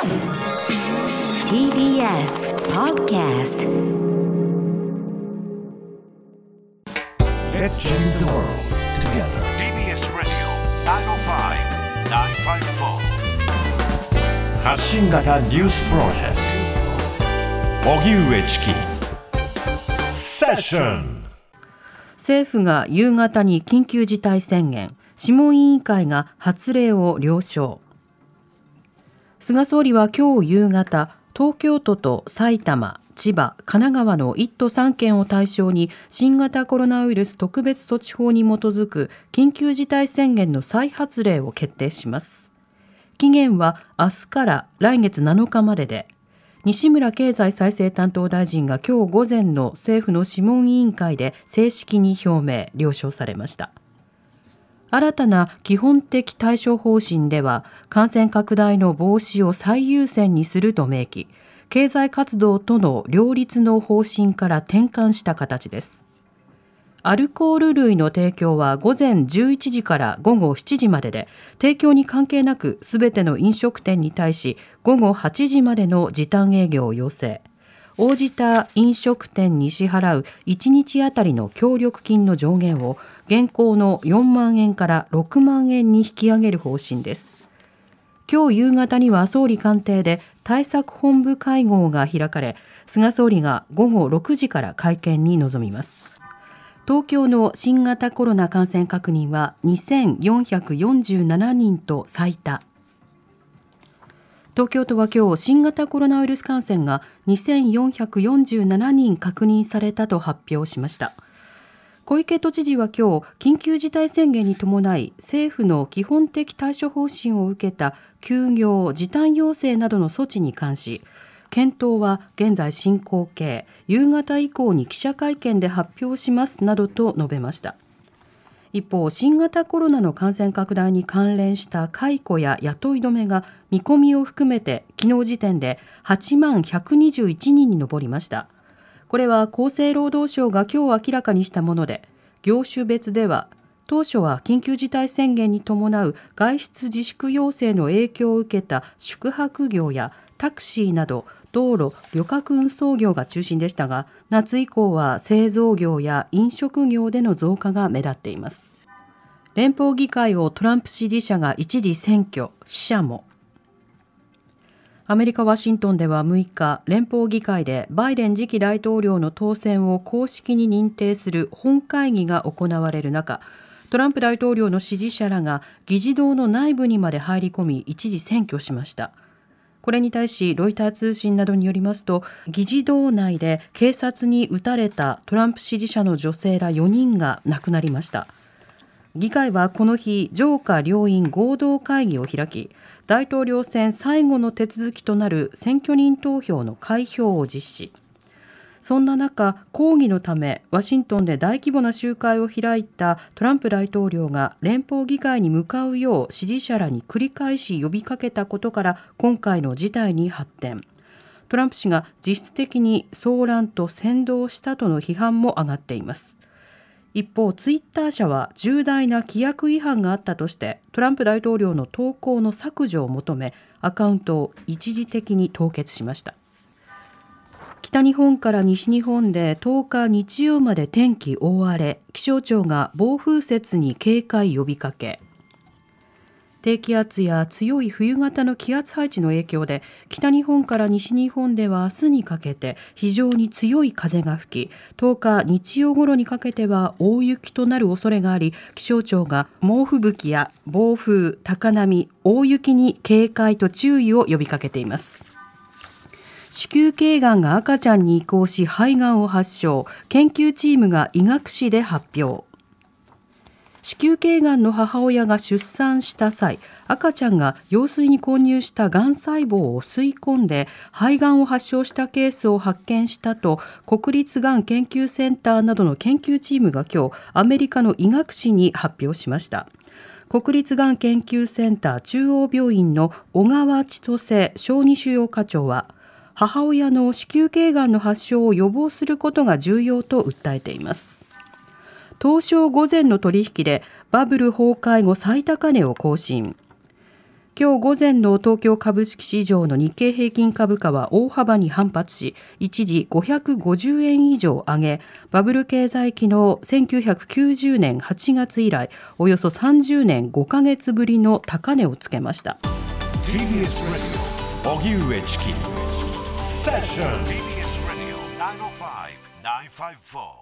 TBS Podcast. Let's change the world together. TBS Radio 905-954 発信型ニュースプロジェクト荻上チキセッション。 政府が夕方に緊急事態宣言、諮問委員会が発令を了承。菅総理は今日夕方、東京都と埼玉、千葉、神奈川の1都3県を対象に新型コロナウイルス特別措置法に基づく緊急事態宣言の再発令を決定します。期限は明日から来月7日までで、西村経済再生担当大臣が今日午前の政府の諮問委員会で正式に表明・了承されました。新たな基本的対処方針では、感染拡大の防止を最優先にすると明記、経済活動との両立の方針から転換した形です。アルコール類の提供は午前11時から午後7時までで、提供に関係なくすべての飲食店に対し午後8時までの時短営業を要請。応じた飲食店に支払う1日あたりの協力金の上限を現行の4万円から6万円に引き上げる方針です。今日夕方には総理官邸で対策本部会合が開かれ、菅総理が午後6時から会見に臨みます。東京の新型コロナ感染確認は2447人と最多。東京都は今日新型コロナウイルス感染が2447人確認されたと発表しました。小池都知事は今日緊急事態宣言に伴い政府の基本的対処方針を受けた休業・時短要請などの措置に関し、検討は現在進行形、夕方以降に記者会見で発表しますなどと述べました。一方、新型コロナの感染拡大に関連した解雇や雇い止めが見込みを含めて昨日時点で8万121人に上りました。これは厚生労働省が今日明らかにしたもので、業種別では当初は緊急事態宣言に伴う外出自粛要請の影響を受けた宿泊業やタクシーなど道路・旅客運送業が中心でしたが、夏以降は製造業や飲食業での増加が目立っています。連邦議会をトランプ支持者が一時占拠、死者も。アメリカ・ワシントンでは6日、連邦議会でバイデン次期大統領の当選を公式に認定する本会議が行われる中、トランプ大統領の支持者らが議事堂の内部にまで入り込み一時占拠しました。これに対しロイター通信などによりますと、議事堂内で警察に撃たれたトランプ支持者の女性ら4人が亡くなりました。議会はこの日、上下両院合同会議を開き、大統領選最後の手続きとなる選挙人投票の開票を実施。そんな中、抗議のためワシントンで大規模な集会を開いたトランプ大統領が連邦議会に向かうよう支持者らに繰り返し呼びかけたことから、今回の事態に発展。トランプ氏が実質的に騒乱と扇動したとの批判も上がっています。一方、ツイッター社は重大な規約違反があったとしてトランプ大統領の投稿の削除を求め、アカウントを一時的に凍結しました。北日本から西日本で10日日曜まで天気大荒れ、気象庁が暴風雪に警戒呼びかけ。低気圧や強い冬型の気圧配置の影響で、北日本から西日本では明日にかけて非常に強い風が吹き、10日日曜頃にかけては大雪となる恐れがあり、気象庁が猛吹雪や暴風、高波、大雪に警戒と注意を呼びかけています。子宮頸がんが赤ちゃんに移行し肺がんを発症、研究チームが医学誌で発表。子宮頸がんの母親が出産した際、赤ちゃんが羊水に混入したがん細胞を吸い込んで肺がんを発症したケースを発見したと、国立がん研究センターなどの研究チームが今日アメリカの医学誌に発表しました。国立がん研究センター中央病院の小川千歳小児腫瘍科長は、母親の子宮頸がんの発症を予防することが重要と訴えています。東証午前の取引でバブル崩壊後最高値を更新。 今日午前の東京株式市場の日経平均株価は大幅に反発し、一時550円以上上げ、バブル経済期の1990年8月以来、およそ30年5ヶ月ぶりの高値をつけました。 TBS ラジオ荻上チキセッション TBS ラジオ905-954